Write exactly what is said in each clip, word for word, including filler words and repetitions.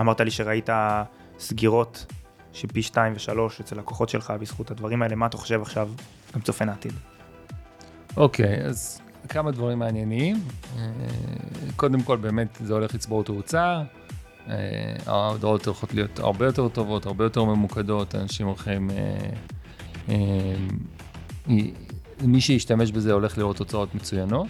אמרת לי שראית סגירות שפי שתיים ושלוש אצל לקוחות שלך בזכות הדברים האלה, מה אתה חושב עכשיו גם צופן העתיד? אוקיי, אז כמה דברים מעניינים. קודם כל, באמת זה הולך לצבור תאוצה, ההודעות הולכות להיות הרבה יותר טובות, הרבה יותר ממוקדות, אנשים הולכים, מי שישתמש בזה הולך לראות תוצאות מצוינות.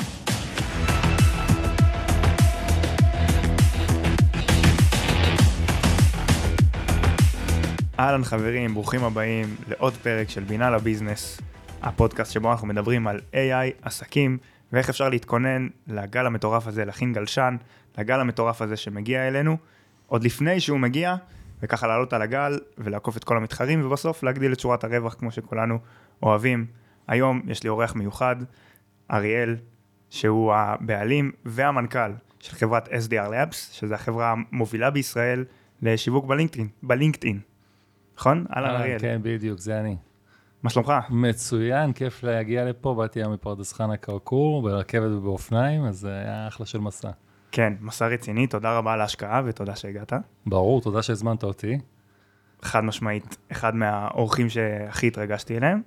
אהלן חברים, ברוכים הבאים לעוד פרק של בינה לביזנס, הפודקאסט שבו אנחנו מדברים על איי איי, עסקים, ואיך אפשר להתכונן לגל המטורף הזה, להכין גלשן, לגל המטורף הזה שמגיע אלינו, עוד לפני שהוא מגיע, וככה לעלות על הגל ולעקוף את כל המתחרים, ובסוף להגדיל את שורת הרווח כמו שכולנו אוהבים. היום יש לי אורח מיוחד, אריאל, שהוא הבעלים והמנכ"ל של חברת אס די אר Labs, שזו החברה המובילה בישראל לשיווק בלינקדאין, בלינקדאין. נכון? אהלן אריאל. כן, בדיוק, זה אני. מה שלומך? מצוין, כיף להגיע לפה, באתי היום מפרדס חנה כרכור, ברכבת ובאופניים, אז זה היה אחלה של מסע. כן, מסע רציני, תודה רבה על ההשקעה ותודה שהגעת. ברור, תודה שהזמנת אותי. חד משמעית, אחד מהאורחים שהכי התרגשתי אליהם,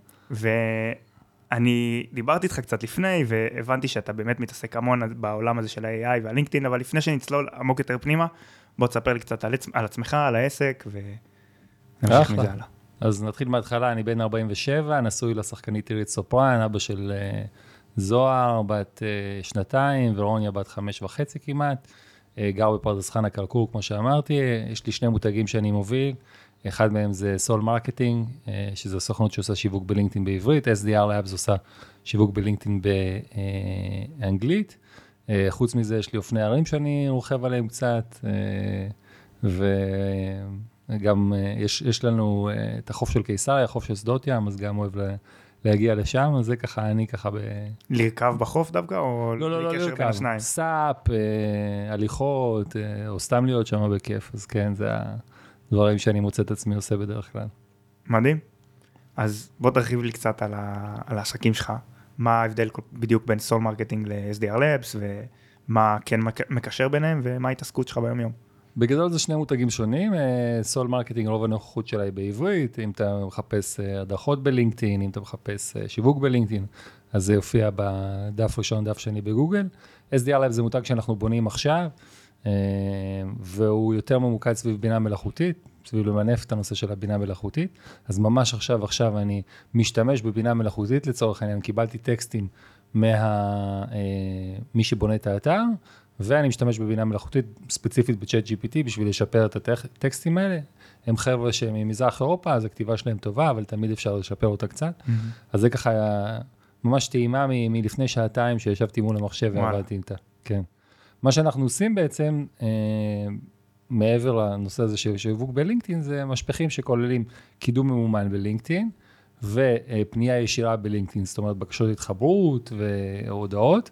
ואני דיברתי איתך קצת לפני, והבנתי שאתה באמת מתעסק המון בעולם הזה של ה-איי איי והלינקדאין, אבל לפני שנצלול עמוק יותר פנימה, בוא תספר לי קצת על, על עצמך, על העסק, ונמשיך מזה הלאה. אז נתחיל מההתחלה, אני בן ארבעים ושבע, נשוי לשחקנית עירית סופרן, אבא של זוהר, בת שנתיים, ורוניה בת חמש וחצי כמעט, גר בפרדס חנה כרכור, כמו שאמרתי, יש לי שני מותגים שאני מוביל, אחד מהם זה סול מרקטינג, שזו סוכנות שעושה שיווק בלינקדאין בעברית, אס די אר Labs עושה שיווק בלינקדאין באנגלית, חוץ מזה יש לי אופני ערים שאני רוכב עליהם קצת, וגם יש, יש לנו את החוף של קיסריה, החוף של שדות ים, אז גם אוהב להגיע לשם, אז זה ככה, אני ככה ב... לרכב בחוף דווקא, או לא, לא, לא, לקשר בין השניים? סאפ, הליכות, או סתם להיות שם בכיף, אז כן, זה הדברים שאני מוצא את עצמי עושה בדרך כלל. מדהים. אז בוא תרחיב לי קצת על, ה... על העסקים שלך. מה ההבדל בדיוק בין סול מרקטינג ל-אס די אר Labs, ומה כן מקשר ביניהם, ומה ההתעסקות שלך ביום יום? בגדול זה שני מותגים שונים, סול מרקטינג, רוב הנוכחות שלה היא בעברית, אם אתה מחפש הדרכות בלינקדאין, אם אתה מחפש שיווק בלינקדאין, אז זה יופיע בדף ראשון, דף שני בגוגל. אס די אר Labs זה מותג שאנחנו בונים עכשיו, והוא יותר ממוקד סביב בינה מלאכותית, סביב למנף את הנושא של הבינה מלאכותית, אז ממש עכשיו, עכשיו אני משתמש בבינה מלאכותית לצורך העניין, קיבלתי טקסטים ממי שבונה את האתר, ואני משתמש בבינה מלאכותית ספציפית ב-צ'אט ג'י פי טי בשביל לשפר את הטקסטים האלה. הם חבר'ה שממזרח אירופה, אז הכתיבה שלהם טובה, אבל תמיד אפשר לשפר אותה קצת. Mm-hmm. אז זה ככה ממש טעימה מ- מלפני שעתיים שישבתי מול המחשב ועבדתי איתה. כן. מה שאנחנו עושים בעצם, אה, מעבר לנושא הזה של שיווק בלינקדאין, זה משפחים שכוללים קידום ממומן בלינקדאין, ופנייה ישירה בלינקדאין, זאת אומרת בקשות התחברות והודעות,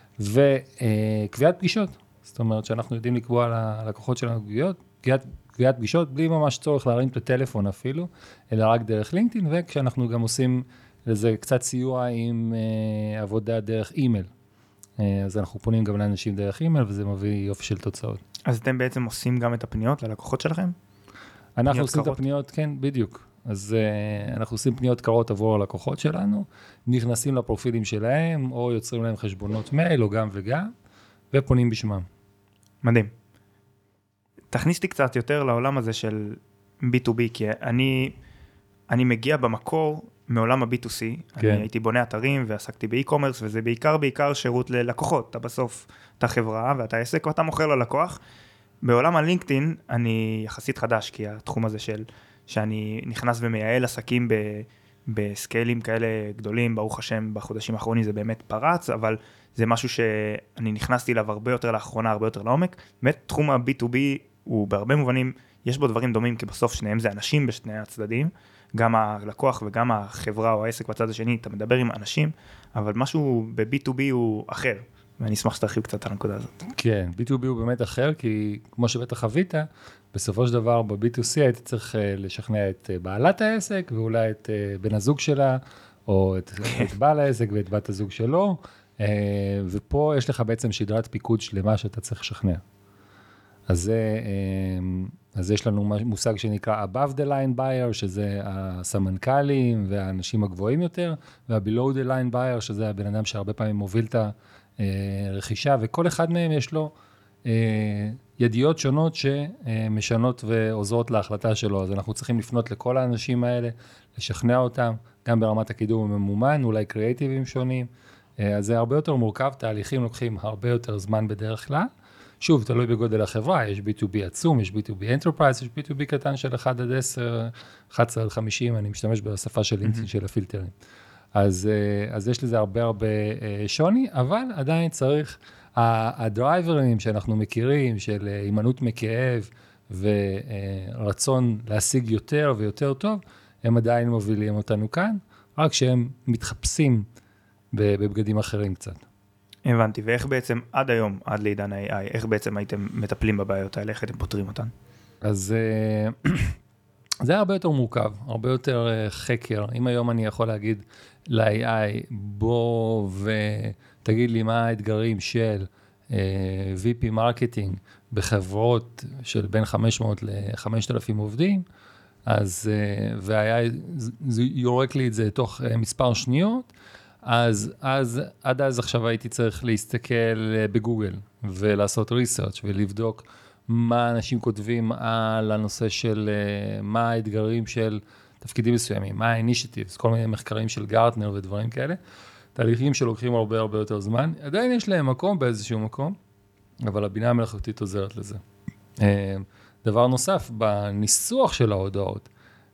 וקביעת פגישות, זאת אומרת שאנחנו יודעים לקבוע ללקוחות שלנו קביעת, קביעת פגישות, בלי ממש צורך להרים את הטלפון אפילו, אלא רק דרך לינקדאין, וכשאנחנו גם עושים לזה קצת סיוע עם uh, עבודה דרך אימייל. Uh, אז אנחנו פונים גם לאנשים דרך אימייל, וזה מביא יופי של תוצאות. אז אתם בעצם עושים גם את הפניות ללקוחות שלכם? אנחנו עושים קרות. את הפניות, כן, בדיוק. אז uh, אנחנו עושים פניות קרות עבור הלקוחות שלנו, נכנסים לפרופילים שלהם, או יוצרים להם חשבונות מייל, או גם וגם, ופונים בשמם. מדהים. תכניס לי קצת יותר לעולם הזה של בי טו בי, כי אני, אני מגיע במקור מעולם ה-בי טו סי, כן. אני הייתי בונה אתרים ועסקתי באי-קומרס, וזה בעיקר בעיקר שירות ללקוחות, אתה בסוף, אתה חברה ואתה עסק ואתה מוכר ללקוח. בעולם הלינקדאין אני יחסית חדש, כי התחום הזה של... שאני נכנס ומייעל עסקים ב, בסקיילים כאלה גדולים, ברוך השם בחודשים האחרונים זה באמת פרץ, אבל זה משהו שאני נכנסתי אליו הרבה יותר לאחרונה, הרבה יותר לעומק. באמת תחום ה-בי טו בי הוא בהרבה מובנים, יש בו דברים דומים, כי בסוף שניהם זה אנשים בשני הצדדים, גם הלקוח וגם החברה או העסק בצד השני, אתה מדבר עם אנשים, אבל משהו ב-בי טו בי הוא אחר, ואני אשמח שתרחיב קצת על הנקודה הזאת. כן, בי טו בי הוא באמת אחר, כי כמו שבטח חווית, בסופו של דבר ב-בי טו סי הייתי צריך לשכנע את בעלת העסק, ואולי את בן הזוג שלה, או את, את בעל העסק ואת בת הזוג שלו, ופה יש לך בעצם שדרת פיקוד שלמה שאתה צריך לשכנע. אז זה, אז יש לנו מושג שנקרא above the line buyer, שזה הסמנכלים והאנשים הגבוהים יותר, וה-below the line buyer, שזה הבן אדם שהרבה פעמים מוביל את הרכישה, וכל אחד מהם יש לו ידיעות שונות שמשנות ועוזרות להחלטה שלו, אז אנחנו צריכים לפנות לכל האנשים האלה, לשכנע אותם, גם ברמת הקידום הממומן, אולי קריאטיבים שונים, אז זה הרבה יותר מורכב, תהליכים לוקחים הרבה יותר זמן בדרך כלל, שוב, תלוי בגודל החברה, יש בי טו בי עצום, יש בי טו בי Enterprise, יש בי טו בי קטן של אחד עד עשר, אחת עשרה עד חמישים, אני משתמש בשפה של לינקדאין של הפילטרים. אז, אז יש לזה הרבה הרבה שוני, אבל עדיין צריך, הדרייברים שאנחנו מכירים, של הימנעות מכאב ורצון להשיג יותר ויותר טוב, הם עדיין מובילים אותנו כאן, רק שהם מתחפשים בבגדים אחרים קצת. הבנתי, ואיך בעצם עד היום, עד לעידן ה-איי איי, איך בעצם הייתם מטפלים בבעיות האלה, איך אתם פותרים אותן? אז זה הרבה יותר מורכב, הרבה יותר חקר. אם היום אני יכול להגיד ל-איי איי, בוא ותגיד לי מה האתגרים של וי פי מרקטינג בחברות של בין חמש מאות ל-חמשת אלפים עובדים, אז, וה-איי איי יורק לי את זה תוך מספר שניות, אז, אז, עד אז עכשיו הייתי צריך להסתכל בגוגל ולעשות ריסרצ' ולבדוק מה אנשים כותבים על הנושא של מה האתגרים של תפקידים מסוימים, מה ה-initiatives, כל מיני מחקרים של גרטנר ודברים כאלה, תהליכים שלוקחים הרבה הרבה יותר זמן, עדיין יש להם מקום באיזשהו מקום, אבל הבינה המלאכותית עוזרת לזה. דבר נוסף, בניסוח של ההודעות,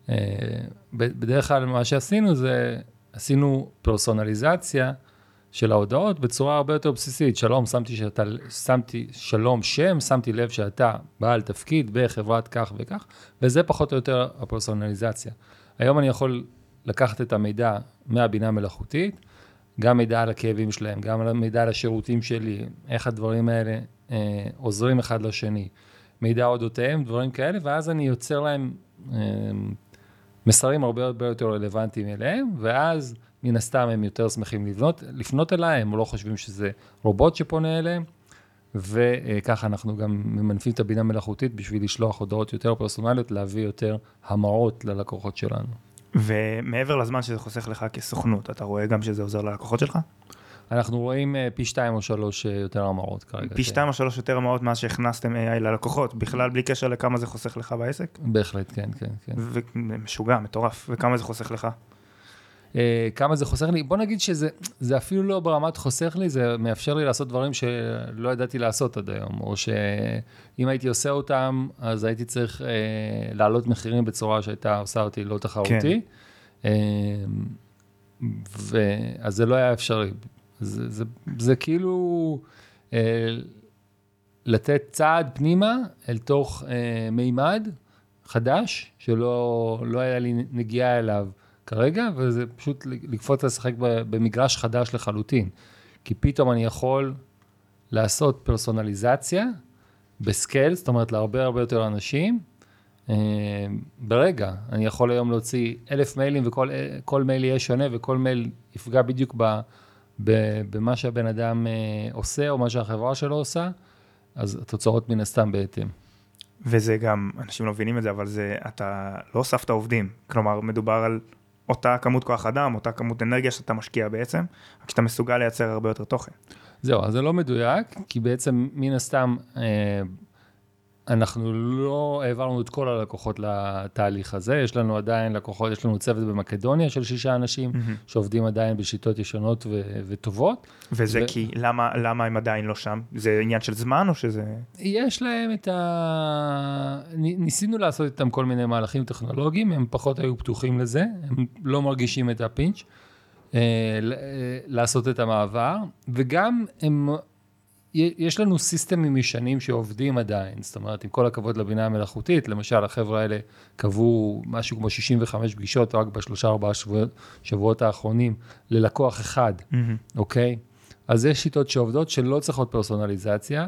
בדרך כלל מה שעשינו זה, עשינו פרסונליזציה של ההודעות בצורה הרבה יותר בסיסית. שלום, שמתי, שאתה, שמתי שלום שם, שמתי לב שאתה בעל תפקיד בחברת כך וכך, וזה פחות או יותר הפרסונליזציה. היום אני יכול לקחת את המידע מהבינה המלאכותית, גם מידע על הכאבים שלהם, גם מידע על השירותים שלי, איך הדברים האלה אה, עוזרים אחד לשני, מידע אודותיהם, דברים כאלה, ואז אני יוצר להם אה, מסרים הרבה הרבה יותר רלוונטיים אליהם, ואז מן הסתם הם יותר שמחים לבנות, לפנות אליהם, הם לא חושבים שזה רובוט שפונה אליהם, וככה אנחנו גם ממנפים את הבינה מלאכותית בשביל לשלוח הודעות יותר פרסונליות, להביא יותר המרות ללקוחות שלנו. ומעבר לזמן שזה חוסך לך כסוכנות, אתה רואה גם שזה עוזר ללקוחות שלך? אנחנו רואים פי שתיים או שלוש יותר המרות כרגע. פי שתיים או שלוש יותר המרות מאז שהכנסתם איי איי ללקוחות, בכלל בלי קשר לכמה זה חוסך לך בעסק? בהחלט, כן, כן, כן. ומשוגע, מטורף, וכמה זה חוסך לך? כמה זה חוסך לי? בוא נגיד שזה זה אפילו לא ברמת חוסך לי, זה מאפשר לי לעשות דברים שלא ידעתי לעשות עד היום, או שאם הייתי עושה אותם, אז הייתי צריך לעלות מחירים בצורה שהייתה עושה אותי לא תחרותי, אז זה לא היה אפשרי. זה, זה, זה כאילו לתת צעד פנימה אל תוך מימד חדש, שלא לא היה לי נגיעה אליו כרגע, וזה פשוט לקפוץ לשחק במגרש חדש לחלוטין. כי פתאום אני יכול לעשות פרסונליזציה בסקייל, זאת אומרת להרבה הרבה יותר אנשים, ברגע. אני יכול היום להוציא אלף מיילים, וכל כל מייל יהיה שונה, וכל מייל יפגע בדיוק ב, ב, במה שהבן אדם עושה, או מה שהחברה שלו עושה, אז התוצאות מן הסתם בהתאם. וזה גם, אנשים לא מבינים את זה, אבל זה, אתה לא הוספת עובדים. כלומר, מדובר על אותה כמות כוח אדם, אותה כמות אנרגיה שאתה משקיע בעצם, כשאתה מסוגל לייצר הרבה יותר תוכן. זהו, אז זה לא מדויק, כי בעצם מן הסתם, אנחנו לא העברנו את כל הלקוחות לתהליך הזה, יש לנו עדיין לקוחות, יש לנו צוות במקדוניה של שישה אנשים, mm-hmm. שעובדים עדיין בשיטות ישנות ו- וטובות. וזה ו- כי, למה, למה הם עדיין לא שם? זה עניין של זמן או שזה... יש להם את ה... ניסינו לעשות איתם כל מיני מהלכים טכנולוגיים, הם פחות היו פתוחים לזה, הם לא מרגישים את הפינץ', לעשות את המעבר, וגם הם... יש לנו סיסטמים ישנים שעובדים עדיין, זאת אומרת, עם כל הכבוד לבינה המלאכותית, למשל, החבר'ה האלה קבעו משהו כמו שישים וחמש פגישות, רק בשלושה ארבעה שבועות, שבועות האחרונים, ללקוח אחד, mm-hmm. אוקיי? אז יש שיטות שעובדות שלא צריכות פרסונליזציה,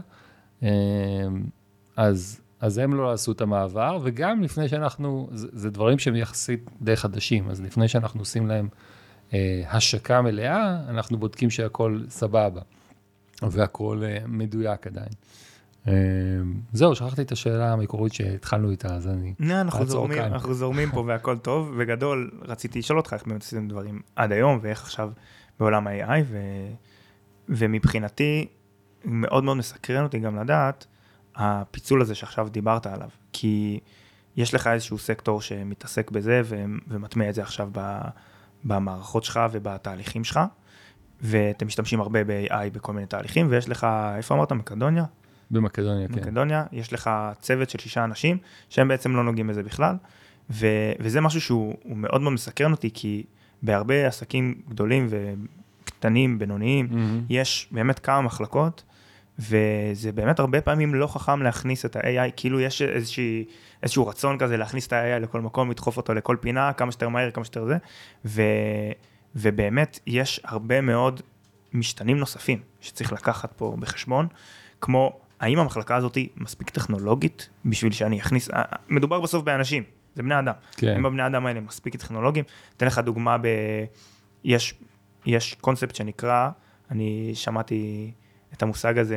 אז, אז הם לא עשו את המעבר, וגם לפני שאנחנו, זה, זה דברים שהם יחסית די חדשים, אז לפני שאנחנו עושים להם אה, השקה מלאה, אנחנו בודקים שהכל סבבה. והכל מדויק עדיין. זהו, שכחתי את השאלה המקורית שהתחלנו איתה, אז אני... אנחנו זורמים פה והכל טוב, וגדול, רציתי לשאול אותך איך באמת עשיתם דברים עד היום, ואיך עכשיו בעולם ה-איי איי, ומבחינתי, מאוד מאוד מסקרן אותי גם לדעת, הפיצול הזה שעכשיו דיברת עליו, כי יש לך איזשהו סקטור שמתעסק בזה, ומטמע את זה עכשיו במערכות שלך ובתהליכים שלך, ואתם משתמשים הרבה ב-איי איי בכל מיני תהליכים, ויש לך, איפה אמרת? מקדוניה? במקדוניה, כן. במקדוניה, יש לך צוות של שישה אנשים, שהם בעצם לא נוגעים בזה בכלל, ו- וזה משהו שהוא מאוד מאוד מסקרן אותי, כי בהרבה עסקים גדולים וקטנים, בינוניים, mm-hmm. יש באמת כמה מחלקות, וזה באמת הרבה פעמים לא חכם להכניס את ה-איי איי, כאילו יש איזושהי, איזשהו רצון כזה להכניס את ה-איי איי לכל מקום, לדחוף אותו לכל פינה, כמה שיותר מהר, כמה שיותר זה, ו... ובאמת יש הרבה מאוד משתנים נוספים שצריך לקחת פה בחשבון, כמו האם המחלקה הזאת היא מספיק טכנולוגית בשביל שאני אכניס, מדובר בסוף באנשים, זה בני אדם, כן. אם הבני אדם האלה מספיק טכנולוגיים, אתן לך דוגמה, ב... יש, יש קונספט שנקרא, אני שמעתי את המושג הזה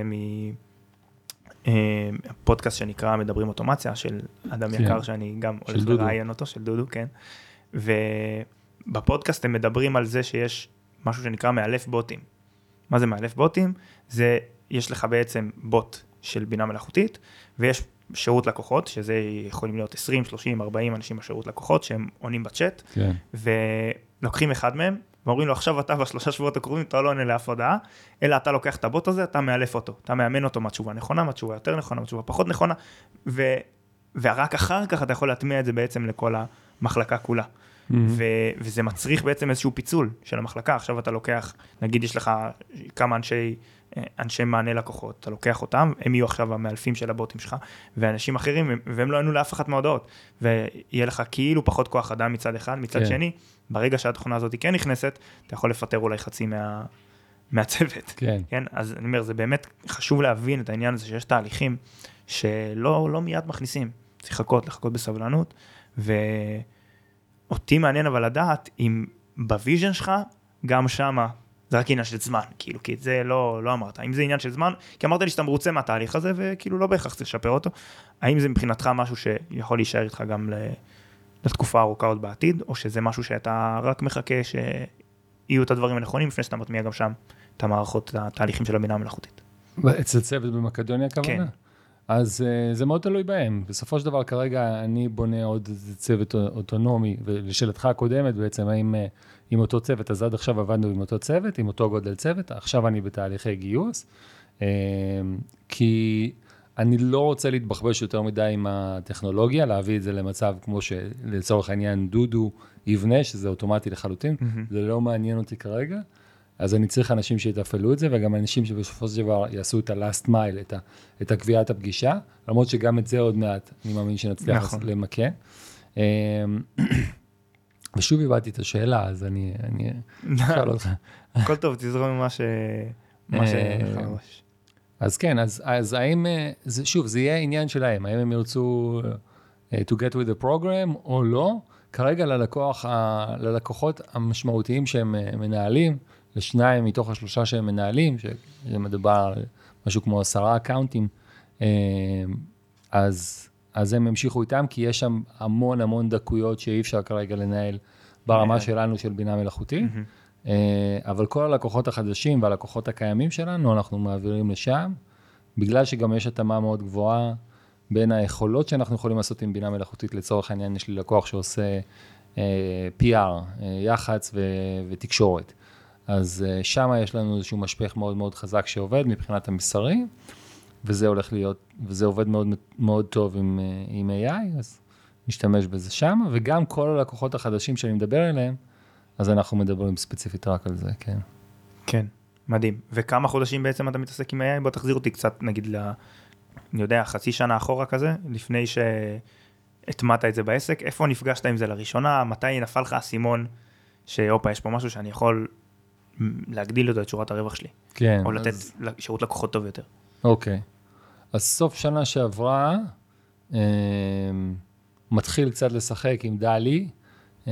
מפודקאסט שנקרא מדברים אוטומציה, של אדם כן. יקר שאני גם הולך לראיין אותו, של דודו, כן, ו... בפודקאסט הם מדברים על זה שיש משהו שנקרא מאלף בוטים. מה זה מאלף בוטים? זה, יש לך בעצם בוט של בינה מלאכותית, ויש שירות לקוחות, שזה יכולים להיות עשרים, שלושים, ארבעים אנשים בשירות לקוחות, שהם עונים בצ'אט, כן. ולוקחים אחד מהם, ואומרים לו, עכשיו אתה בשלושה שבועות הקרובים, אתה לא עונה לאף הודעה, אלא אתה לוקח את הבוט הזה, אתה מאלף אותו, אתה מאמן אותו מהתשובה נכונה, מהתשובה יותר נכונה, מהתשובה פחות נכונה, ו... ורק אחר כך אתה יכול להטמיע את זה בעצם לכל המחלקה כולה. Mm-hmm. ו- וזה מצריך בעצם איזשהו פיצול של המחלקה. עכשיו אתה לוקח, נגיד יש לך כמה אנשי, אנשי מענה לקוחות, אתה לוקח אותם, הם יהיו עכשיו המאלפים של הבוטים שלך, ואנשים אחרים, והם לא ענו לאף אחת מההודעות, ויהיה לך כאילו פחות כוח אדם מצד אחד, מצד כן. שני, ברגע שהתכונה הזאת כן נכנסת, אתה יכול לפטר אולי חצי מה, מהצוות. כן. כן? אז אני אומר, זה באמת חשוב להבין את העניין הזה, שיש תהליכים שלא לא מיד מכניסים, צריך לחכות, לחכות בסבלנות, ו... אותי מעניין אבל לדעת אם בוויז'ן שלך, גם שמה, זה רק עניין של זמן, כאילו, כי את זה לא, לא אמרת. האם זה עניין של זמן? כי אמרת לי שאתה מרוצה מהתהליך הזה, וכאילו לא בהכרח צריך לשפר אותו. האם זה מבחינתך משהו שיכול להישאר איתך גם לתקופה ארוכה עוד בעתיד, או שזה משהו שאתה רק מחכה שיהיו את הדברים הנכונים, לפני שאתה מטמיע גם שם את המערכות, את התהליכים של הבינה המלאכותית? אצל צוות במקדוניה כמובן? כן. אז uh, זה מאוד תלוי בהם. בסופו של דבר, כרגע אני בונה עוד צוות אוטונומי, ולשאלתך הקודמת בעצם, האם uh, עם אותו צוות, אז עד עכשיו עבדנו עם אותו צוות, עם אותו גודל צוות, עכשיו אני בתהליכי גיוס, uh, כי אני לא רוצה להתבחבש יותר מדי עם הטכנולוגיה, להביא את זה למצב כמו שלצורך העניין דודו יבנה, שזה אוטומטי לחלוטין, mm-hmm. זה לא מעניין אותי כרגע, אז אני צריך אנשים שיתפעלו את זה, וגם אנשים שבסופו של דבר יעשו את ה-last mile, את, ה, את הקביעת הפגישה, למרות שגם את זה עוד מעט, אני מאמין שנצליח נכון. למקן. ושוב הבאתי את השאלה, אז אני אשאל אותך. הכל טוב, תזרום ממה ש... מה שחרוש. אז כן, אז, אז האם, זה, שוב, זה יהיה עניין שלהם, האם הם ירצו uh, to get with the program או לא, כרגע ללקוח, ה, ללקוחות המשמעותיים שהם מנהלים, לשניים מתוך השלושה שהם מנהלים, שזה מדובר על משהו כמו עשרה אקאונטים, אז, אז הם המשיכו איתם, כי יש שם המון המון דקויות שאי אפשר כרגע לנהל ברמה שלנו של בינה מלאכותית, אבל כל הלקוחות החדשים והלקוחות הקיימים שלנו, אנחנו מעבירים לשם, בגלל שגם יש התאמה מאוד גבוהה בין היכולות שאנחנו יכולים לעשות עם בינה מלאכותית, לצורך העניין יש לי לקוח שעושה פי אר, יח"צ ותקשורת. אז שם יש לנו איזשהו משפך מאוד מאוד חזק שעובד מבחינת המסרים, וזה הולך להיות, וזה עובד מאוד מאוד טוב עם, עם איי איי, אז נשתמש בזה שם, וגם כל הלקוחות החדשים שאני מדבר עליהם, אז אנחנו מדברים ספציפית רק על זה, כן. כן, מדהים. וכמה חודשים בעצם אתה מתעסק עם איי איי? בוא תחזיר אותי קצת, נגיד, ל, אני יודע, חצי שנה אחורה כזה, לפני שהטמעת את זה בעסק, איפה נפגשת עם זה לראשונה? מתי נפל לך הסימון שאופה, יש פה משהו שאני יכול להגדיל אותו את שורת הרווח שלי. כן. או לתת אז... שירות לקוחות טוב יותר. אוקיי. אז סוף שנה שעברה, אה, מתחיל קצת לשחק עם דלי, אה,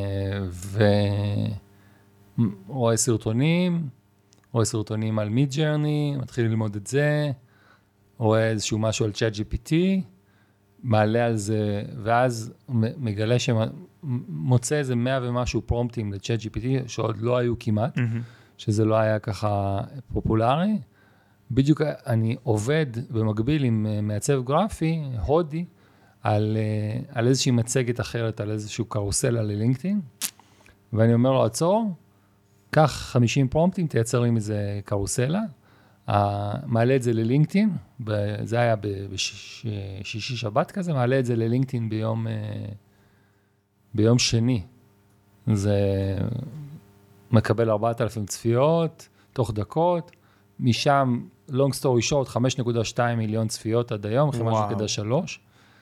ורואה סרטונים, רואה סרטונים על מיד ג'רני, מתחיל ללמוד את זה, רואה איזשהו משהו על צ'אט ג'י פי טי, מעלה על זה, ואז מגלה שמוצא איזה מאה ומשהו פרומפטים לצ'אט ג'י פי טי, שעוד לא היו כמעט, שזה לא היה ככה פופולרי. בדיוק אני עובד במקביל עם מעצב גרפי, הודי, על, על איזושהי מצגת אחרת, על איזשהו קרוסלה ללינקדאין, ואני אומר לו, עצור, קח חמישים פרומפטים, תייצר לי מזה קרוסלה, מעלה את זה ללינקדאין, זה היה בשישי שבת כזה, מעלה את זה ללינקדאין ביום, ביום שני. זה מקבל ארבעת אלפים צפיות, תוך דקות, משם, long story short, חמש נקודה שתיים מיליון צפיות עד היום, חמש נקודה שלוש,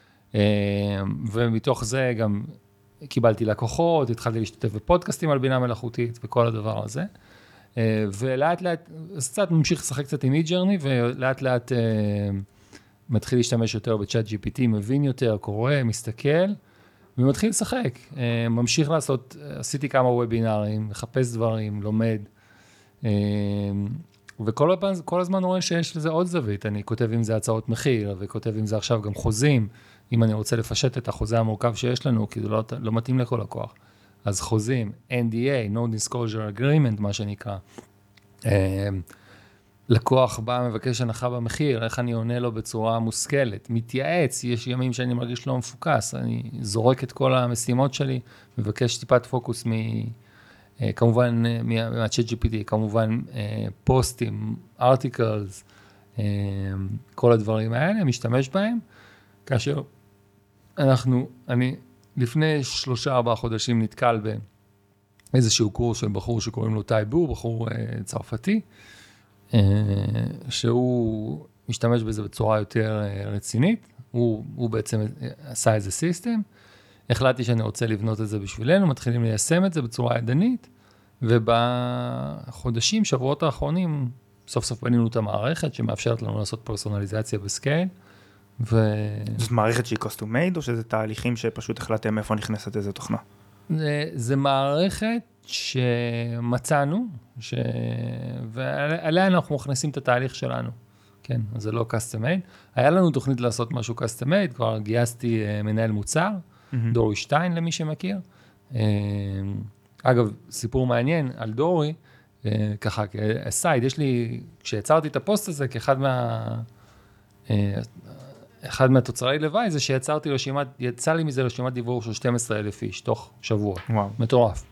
ומתוך זה גם קיבלתי לקוחות, התחלתי להשתתף בפודקאסטים על בינה מלאכותית וכל הדבר הזה. ולאט לאט, אז קצת ממשיך לשחק קצת עם מid-journey, ולאט לאט מתחיל להשתמש יותר בצ'אט ג'י פי טי, מבין יותר, קורא, מסתכל, ומתחיל לשחק. ממשיך לעשות, עשיתי כמה וובינרים, מחפש דברים, לומד, וכל הזמן, כל הזמן רואה שיש לזה עוד זווית. אני כותב עם זה הצעות מחיר, וכותב עם זה עכשיו גם חוזים, אם אני רוצה לפשט את החוזה המורכב שיש לנו, כי זה לא, לא מתאים לכל לקוח. אז חוזים, אן די איי, No Disclosure Agreement, מה שנקרא. לקוח בא, מבקש הנחה במחיר, איך אני עונה לו בצורה מושכלת, מתייעץ, יש ימים שאני מרגיש לא מפוקס, אני זורק את כל המשימות שלי, מבקש טיפת פוקוס מ... כמובן, מה-צ'אט ג'י פי טי, כמובן, פוסטים, ארטיקלס, כל הדברים האלה, משתמש בהם, כאשר אנחנו, אני... לפני שלושה, ארבעה חודשים נתקל באיזשהו קורס של בחור שקוראים לו טאי בור, בחור uh, צרפתי, uh, שהוא משתמש בזה בצורה יותר uh, רצינית, הוא, הוא בעצם עשה איזה סיסטם, החלטתי שאני רוצה לבנות את זה בשבילנו, מתחילים ליישם את זה בצורה ידנית, ובחודשים, שבועות האחרונים, סוף סוף בנינו את המערכת שמאפשרת לנו לעשות פרסונליזציה בסקייל, ו... זאת מערכת שהיא custom made, או שזה תהליכים שפשוט החלטתם איפה נכנסת איזה תוכנה? זה, זה מערכת שמצאנו, ש... ועליה אנחנו מכניסים את התהליך שלנו. כן, אז זה לא custom made. היה לנו תוכנית לעשות משהו custom made, כבר גייסתי מנהל מוצר, mm-hmm. דורי שטיין למי שמכיר. אגב, סיפור מעניין על דורי, ככה, כסייד, יש לי, כשיצרתי את הפוסט הזה, כאחד מה... אחד מהתוצרי לוואי זה שיצרתי רשימת, יצא לי מזה רשימת דיוור של שנים עשר אלף איש, תוך שבוע. וואו. מטורף.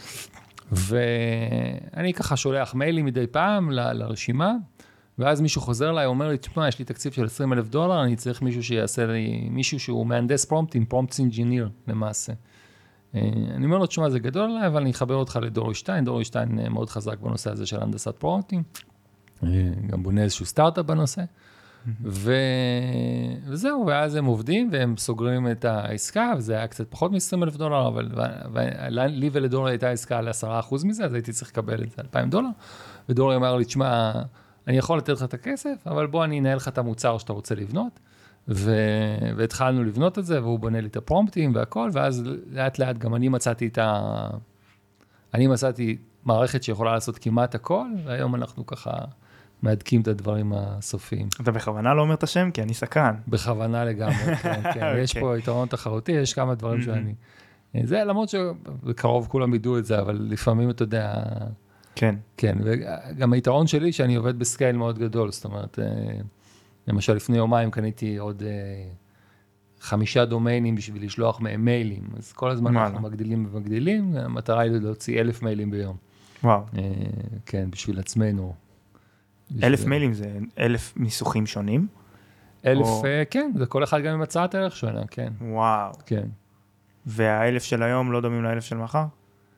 ואני ככה שולח מיילים מדי פעם ל- לרשימה, ואז מישהו חוזר אליי, אומר לי, תשמע, יש לי תקציב של עשרים אלף דולר, אני צריך מישהו שיעשה לי, מישהו שהוא מהנדס פרומפטים, פרומפטס אינג'יניר למעשה. אני אומר לו, תשמע, זה גדול עליי, אבל אני אחבר אותך לדורי שטיין, דורי שטיין מאוד חזק בנושא הזה של הנדסת פרומפטים, גם בונה איזשהו סטארט-אפ בנושא. ו... וזהו, ואז הם עובדים והם סוגרים את העסקה, וזה היה קצת פחות מ-עשרים אלף דולר, אבל לי ולדורי הייתה עסקה ל-עשרה אחוז מזה, אז הייתי צריך לקבל את זה אלפיים דולר, ודורי אמר לי, תשמע, אני יכול לתת לך את הכסף, אבל בוא אני אנהל לך את המוצר שאתה רוצה לבנות, ו... והתחלנו לבנות את זה, והוא בונה לי את הפרומפטים והכל, ואז לאט לאט גם אני מצאתי את ה... אני מצאתי מערכת שיכולה לעשות כמעט הכל, והיום אנחנו ככה... מעדקים את הדברים הסופיים. אתה בכוונה לא אומר את השם? כי אני סקרן. בכוונה לגמרי, כן, כן. יש פה יתרון תחרותי, יש כמה דברים שאני... זה למרות שבקרוב כולם ידעו את זה, אבל לפעמים אתה יודע... כן. כן, וגם היתרון שלי שאני עובד בסקייל מאוד גדול, זאת אומרת, למשל לפני יומיים קניתי עוד חמישה דומיינים בשביל לשלוח מהם מיילים, אז כל הזמן אנחנו מגדילים ומגדילים, המטרה היא להוציא אלף מיילים ביום. וואו. כן, בשביל עצמנו. אלף מיילים זה אלף ניסוחים שונים? אלף, כן, זה כל אחד גם עם הצעת ערך שונה, כן. וואו. כן. והאלף של היום לא דומים לאלף של מחר?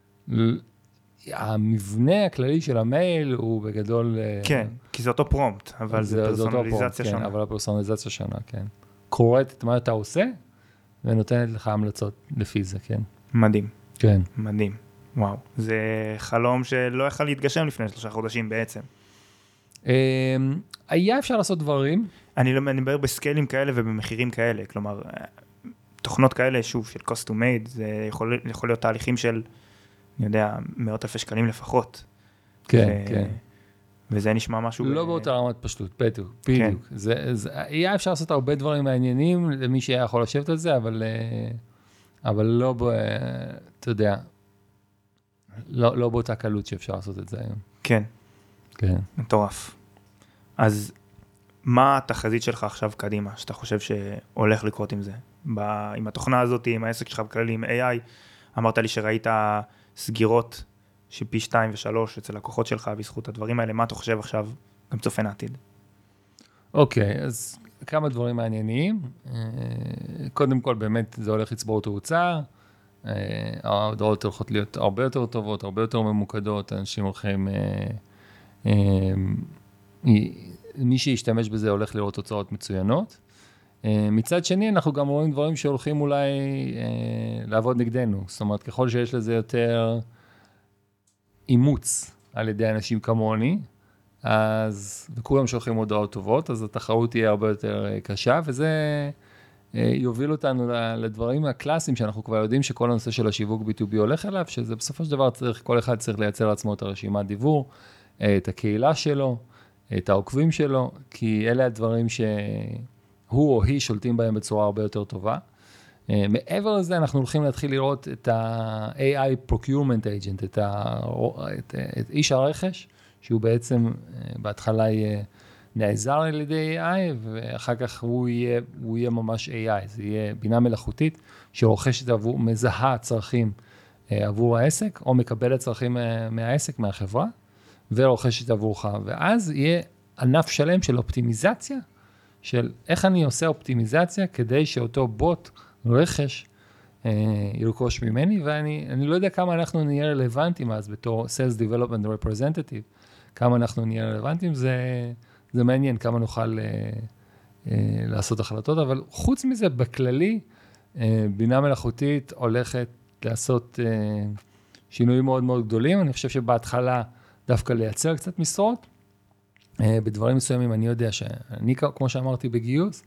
המבנה הכללי של המייל הוא בגדול... כן, כי זה אותו פרומפט, אבל זה פרסונליזציה שונה. כן, אבל הפרסונליזציה שונה, כן. קוראת את מה אתה עושה, ונותנת לך המלצות לפי זה, כן. מדהים. כן. מדהים. וואו. זה חלום שלא יכול להתגשם לפני שלושה חודשים בעצם. היה אפשר לעשות דברים. אני מדבר בסקיילים כאלה ובמחירים כאלה, כלומר, תוכנות כאלה, שוב, של cost to made, זה יכול, יכול להיות תהליכים של, אני יודע, מאות אלפי שקלים לפחות. כן, ו... כן. וזה נשמע משהו... לא באותה רמת פשטות, בדיוק, בדיוק. זה, זה, היה אפשר לעשות הרבה דברים מעניינים, למי שהיה יכול לשבת על זה, אבל, אבל לא, ב, אתה יודע, לא, לא באותה קלות שאפשר לעשות את זה היום. כן. כן. מטורף. אז מה התחזית שלך עכשיו קדימה, שאתה חושב שהולך לקרות עם זה? ב, עם התוכנה הזאת, עם העסק שלך בכללי, עם איי איי, אמרת לי שראית סגירות שפי שתיים ושלוש אצל לקוחות שלך בזכות הדברים האלה, מה אתה חושב עכשיו גם צופן העתיד? אוקיי, אז כמה דברים מעניינים. קודם כל, באמת זה הולך לצבור תאוצה, ההודעות הולכות להיות הרבה יותר טובות, הרבה יותר ממוקדות, אנשים הולכים, מי שישתמש בזה הולך לראות תוצאות מצוינות. מצד שני, אנחנו גם רואים דברים שהולכים אולי לעבוד נגדנו, זאת אומרת, ככל שיש לזה יותר אימוץ על ידי אנשים כמוני, אז, וכולם שולחים הודעות טובות, אז התחרות תהיה הרבה יותר קשה, וזה יוביל אותנו לדברים הקלאסיים, שאנחנו כבר יודעים שכל הנושא של השיווק בי טו בי הולך אליו, שזה בסופו של דבר צריך, כל אחד צריך לייצר לעצמו את הרשימת דיבור, את הקהילה שלו, את העוקבים שלו, כי אלה הדברים שהוא או היא שולטים בהם בצורה הרבה יותר טובה. מעבר לזה, אנחנו הולכים להתחיל לראות את ה-איי איי Procurement Agent, את, ה, את, את איש הרכש, שהוא בעצם בהתחלה יהיה נעזר על ידי איי איי, ואחר כך הוא יהיה, הוא יהיה ממש איי איי, זה יהיה בינה מלאכותית, שרוכשת עבור, מזהה צרכים עבור העסק, או מקבלת צרכים מהעסק, מהחברה, ורוכשת עבורך, ואז יהיה ענף שלם של אופטימיזציה, של איך אני עושה אופטימיזציה, כדי שאותו בוט רכש אה, ירכוש ממני, ואני אני לא יודע כמה אנחנו נהיה רלוונטיים אז, בתור Sales Development Representative, כמה אנחנו נהיה רלוונטיים, זה, זה מעניין, כמה נוכל אה, אה, לעשות החלטות, אבל חוץ מזה, בכללי, אה, בינה מלאכותית הולכת לעשות אה, שינויים מאוד מאוד גדולים, אני חושב שבהתחלה דווקא לייצר קצת משרות, אה, בדברים מסוימים אני יודע שאני, כמו שאמרתי, בגיוס,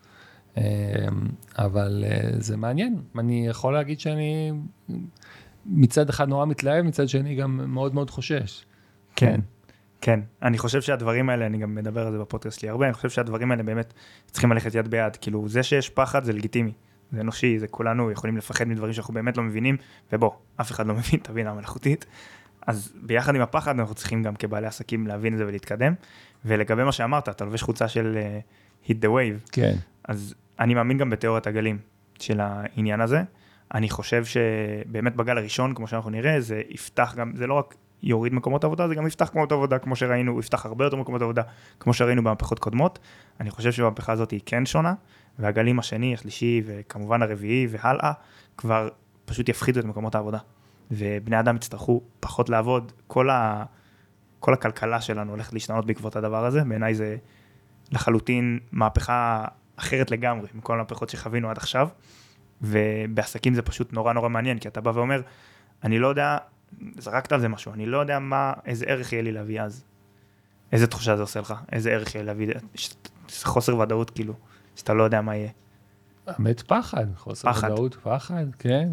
אבל זה מעניין, אני יכול להגיד שאני מצד אחד נורא מתלהב, מצד שני גם מאוד מאוד חושש. כן, כן, אני חושב שהדברים האלה, אני גם מדבר על זה בפודקאסט שלי הרבה, אני חושב שהדברים האלה באמת צריכים ללכת יד ביד, כאילו זה שיש פחד זה לגיטימי, זה אנושי, זה כולנו יכולים לפחד מדברים שאנחנו באמת לא מבינים, ובוא, אף אחד לא מבין את הבינה המלאכותית, אז ביחד עם הפחד אנחנו צריכים גם כבעלי עסקים להבין את זה ולהתקדם, ולגבי מה שאמרת, אתה לובש חולצה של uh, hit the wave, כן. אז אני מאמין גם בתיאוריית הגלים של העניין הזה. אני חושב שבאמת בגל הראשון, כמו שאנחנו נראה, זה יפתח גם, זה לא רק יוריד מקומות עבודה, זה גם יפתח מקומות עבודה, כמו שראינו, יפתח הרבה יותר מקומות עבודה, כמו שראינו במהפכות קודמות. אני חושב שבמהפכה הזאת היא כן שונה, והגלים השני, השלישי, וכמובן הרביעי והלאה, כבר פשוט יפחידו את מקומות העבודה. ובני אדם יצטרכו פחות לעבוד. כל ה... כל הכלכלה שלנו הולכת להשתנות בעקבות הדבר הזה. בעיניי זה לחלוטין מהפכה אחרת לגמרי, מכל המהפכות שחווינו עד עכשיו, ובעסקים זה פשוט נורא נורא מעניין, כי אתה בא ואומר, אני לא יודע, זרקת על זה משהו, אני לא יודע מה, איזה ערך יהיה לי להביא אז, איזה תחושה זה עושה לך, איזה ערך יהיה להביא, חוסר ודאות כאילו, שאתה לא יודע מה יהיה. האמת פחד, חוסר פחד. ודאות, פחד, כן,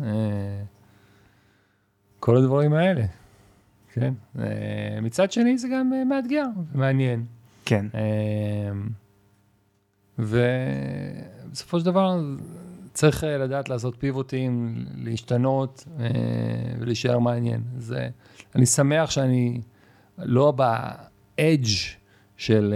כל הדברים האלה, כן, מצד שני זה גם מאתגר, מעניין. כן. ובסופו של דבר צריך לדעת לעשות פיבוטים, להשתנות ולהישאר מעניין. זה, אני שמח שאני לא באדג' של,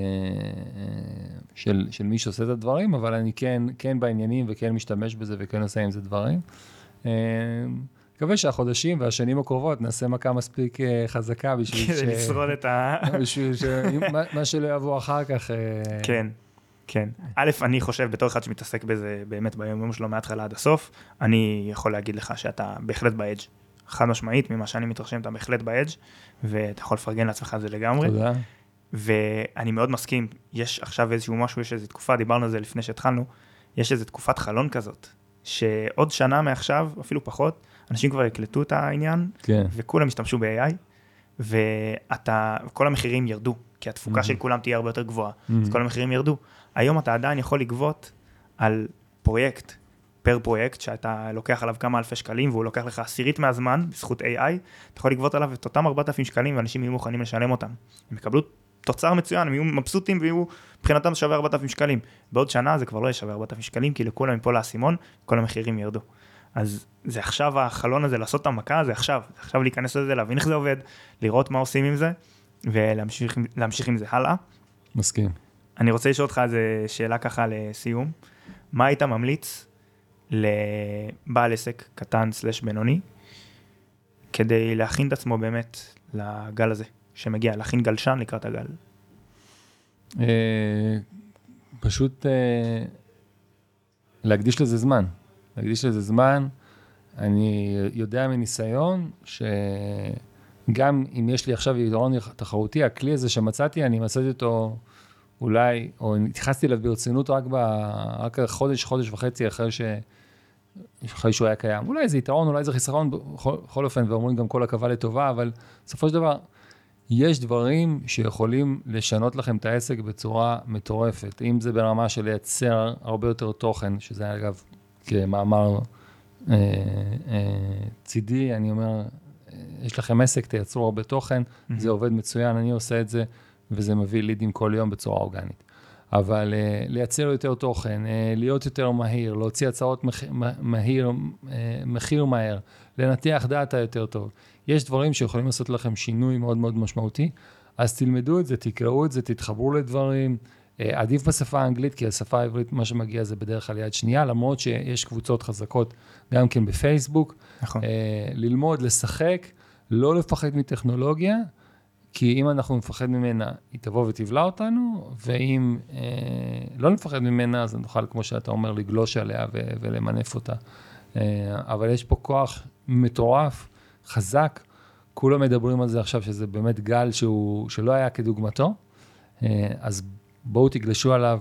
של, של מי שעושה את הדברים, אבל אני כן, כן בעניינים וכן משתמש בזה וכן עושה עם זה דברים. מקווה שהחודשים והשנים הקרובות נעשה מכה מספיק חזקה בשביל ש... לשרוד את ה... בשביל שמה שלא יבוא אחר כך... כן, כן. א', אני חושב, בתור אחד שמתעסק בזה באמת ביום שלו מההתחלה עד הסוף, אני יכול להגיד לך שאתה בהחלט באדג' חד משמעית, ממה שאני מתרשם, אתה בהחלט באדג' ואתה יכול לפרגן לעצמך על זה לגמרי. תודה. ואני מאוד מסכים, יש עכשיו איזשהו משהו, יש איזו תקופה, דיברנו על זה לפני שהתחלנו, יש איזו תקופת חלון כזאת, שעוד שנה מעכשיו, אפילו פחות, אנשים כבר יקלטו את העניין, כן. וכולם ישתמשו ב-איי איי, ואתה, כל המחירים ירדו, כי התפוקה mm-hmm. של כולם תהיה הרבה יותר גבוהה, mm-hmm. אז כל המחירים ירדו. היום אתה עדיין יכול לגבות על פרויקט, פר פרויקט, שאתה לוקח עליו כמה אלפי שקלים, והוא לוקח לך עשירית מהזמן, בזכות איי איי, אתה יכול לגבות עליו את אותם ארבעת אלפים שקלים, ואנשים יהיו מוכנים לשלם אותם. הם יקבלו תוצר מצוין, הם יהיו מבסוטים ויהיו מבחינתם שווה ארבעת אלפים שקלים. בעוד שנה זה כבר לא יהיה שווה ארבעת אלפים שקלים, כי לכולם מפה לאסימון, כל המחירים ירדו. אז זה עכשיו החלון הזה, לעשות את המכה, זה עכשיו, זה עכשיו להיכנס לזה, להבין איך זה עובד, לראות מה עושים עם זה, ולהמשיך להמשיך עם זה הלאה. מסכים. אני רוצה לשאול אותך איזו שאלה ככה לסיום. מה היית ממליץ לבעל עסק קטן סלש בינוני, כדי להכין את עצמו באמת לגל הזה, שמגיע, להכין גלשן לקראת הגל? פשוט להקדיש לזה זמן. להקדיש לזה זמן. אני יודע מניסיון שגם אם יש לי עכשיו יתרון תחרותי, הכלי הזה שמצאתי, אני מצאתי אותו אולי, או התייחסתי אליו ברצינות רק, ב, רק חודש, חודש וחצי אחרי, ש, אחרי שהוא היה קיים. אולי זה יתרון, אולי זה חיסרון, בכל, בכל אופן, ואומרים גם כל הקווה לטובה, אבל בסופו של דבר, יש דברים שיכולים לשנות לכם את העסק בצורה מטורפת. אם זה ברמה של לייצר הרבה יותר תוכן, שזה אגב כמאמר אה, אה, צידי, אני אומר, יש לכם עסק, תייצרו הרבה תוכן, mm-hmm. זה עובד מצוין, אני עושה את זה, וזה מביא לידים כל יום בצורה אורגנית. אבל uh, לייצר יותר תוכן, uh, להיות יותר מהיר, להוציא הצעות מח, מהיר, uh, מחיר מהר, לנתח דאטה יותר טוב. יש דברים שיכולים לעשות לכם שינוי מאוד מאוד משמעותי, אז תלמדו את זה, תקראו את זה, תתחברו לדברים, uh, עדיף בשפה האנגלית, כי השפה העברית, מה שמגיע זה בדרך כלל יד שנייה, למרות שיש קבוצות חזקות גם כן בפייסבוק. נכון. Uh, ללמוד, לשחק, לא לפחד מטכנולוגיה, כי אם אנחנו מפחד ממנה, היא תבוא ותבלע אותנו, ואם אה, לא נפחד ממנה, אז נוכל, כמו שאתה אומר, לגלוש עליה ו- ולמנף אותה. אה, אבל יש פה כוח מטורף, חזק, כולם מדברים על זה עכשיו, שזה באמת גל שהוא, שלא היה כדוגמתו, אה, אז בואו תגלשו עליו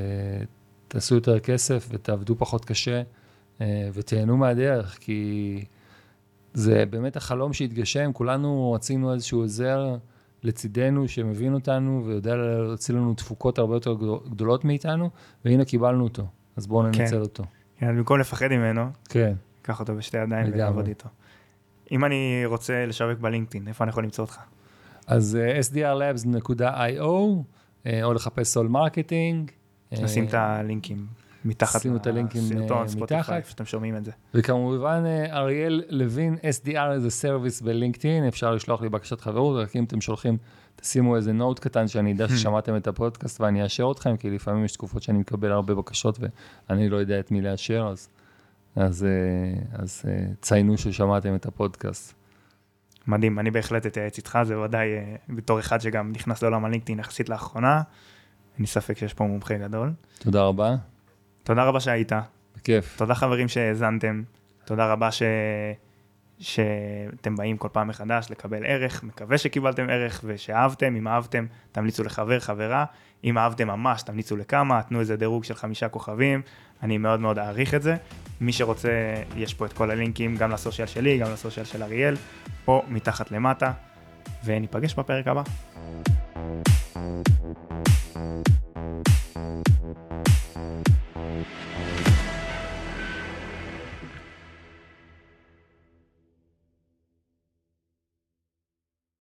ותעשו יותר כסף ותעבדו פחות קשה, אה, ותהנו מהדרך, כי זה באמת החלום שהתגשם, כולנו רצינו איזשהו עזר, לצידנו שמבין אותנו ויודע להוציא לנו תפוקות הרבה יותר גדולות מאיתנו, והנה קיבלנו אותו, אז בואו ננצל כן. אותו. כן, במקום לפחד ממנו, כן. קח אותו בשתי ידיים ולעבוד איתו. אם אני רוצה לשווק בלינקדאין, איפה אני יכול למצוא אותך? אז אס די אר labs דוט איי או, או לחפש סול מרקטינג. נשים את הלינקים מתחת לסרטון, ספוטיפיי, שאתם שומעים את זה. וכמובן, אריאל לוין, אס די אר as a service בלינקדאין, אפשר לשלוח לי בקשת חברות, רק אם אתם שולחים, תשימו איזה נוט קטן שאני יודע ששמעתם את הפודקאסט ואני אאשר אתכם, כי לפעמים יש תקופות שאני מקבל הרבה בקשות ואני לא יודע את מי לאשר, אז, אז, אז ציינו ששמעתם את הפודקאסט. מדהים, אני בהחלט אתייעץ איתך, זה ודאי בתור אחד שגם נכנס לעולם הלינקדאין יחסית לאחרונה, אני ספק שיש פה מומחה גדול. תודה רבה. תודה רבה שהיית. בכיף. תודה חברים שהאזנתם. תודה רבה ש... שאתם באים כל פעם מחדש לקבל ערך. מקווה שקיבלתם ערך ושאהבתם. אם אהבתם, תמליצו לחבר, חברה. אם אהבתם ממש, תמליצו לכמה. תנו איזה דירוג של חמישה כוכבים. אני מאוד מאוד אעריך את זה. מי שרוצה, יש פה את כל הלינקים, גם לסושיאל שלי, גם לסושיאל של אריאל, פה מתחת למטה. וניפגש בפרק הבא.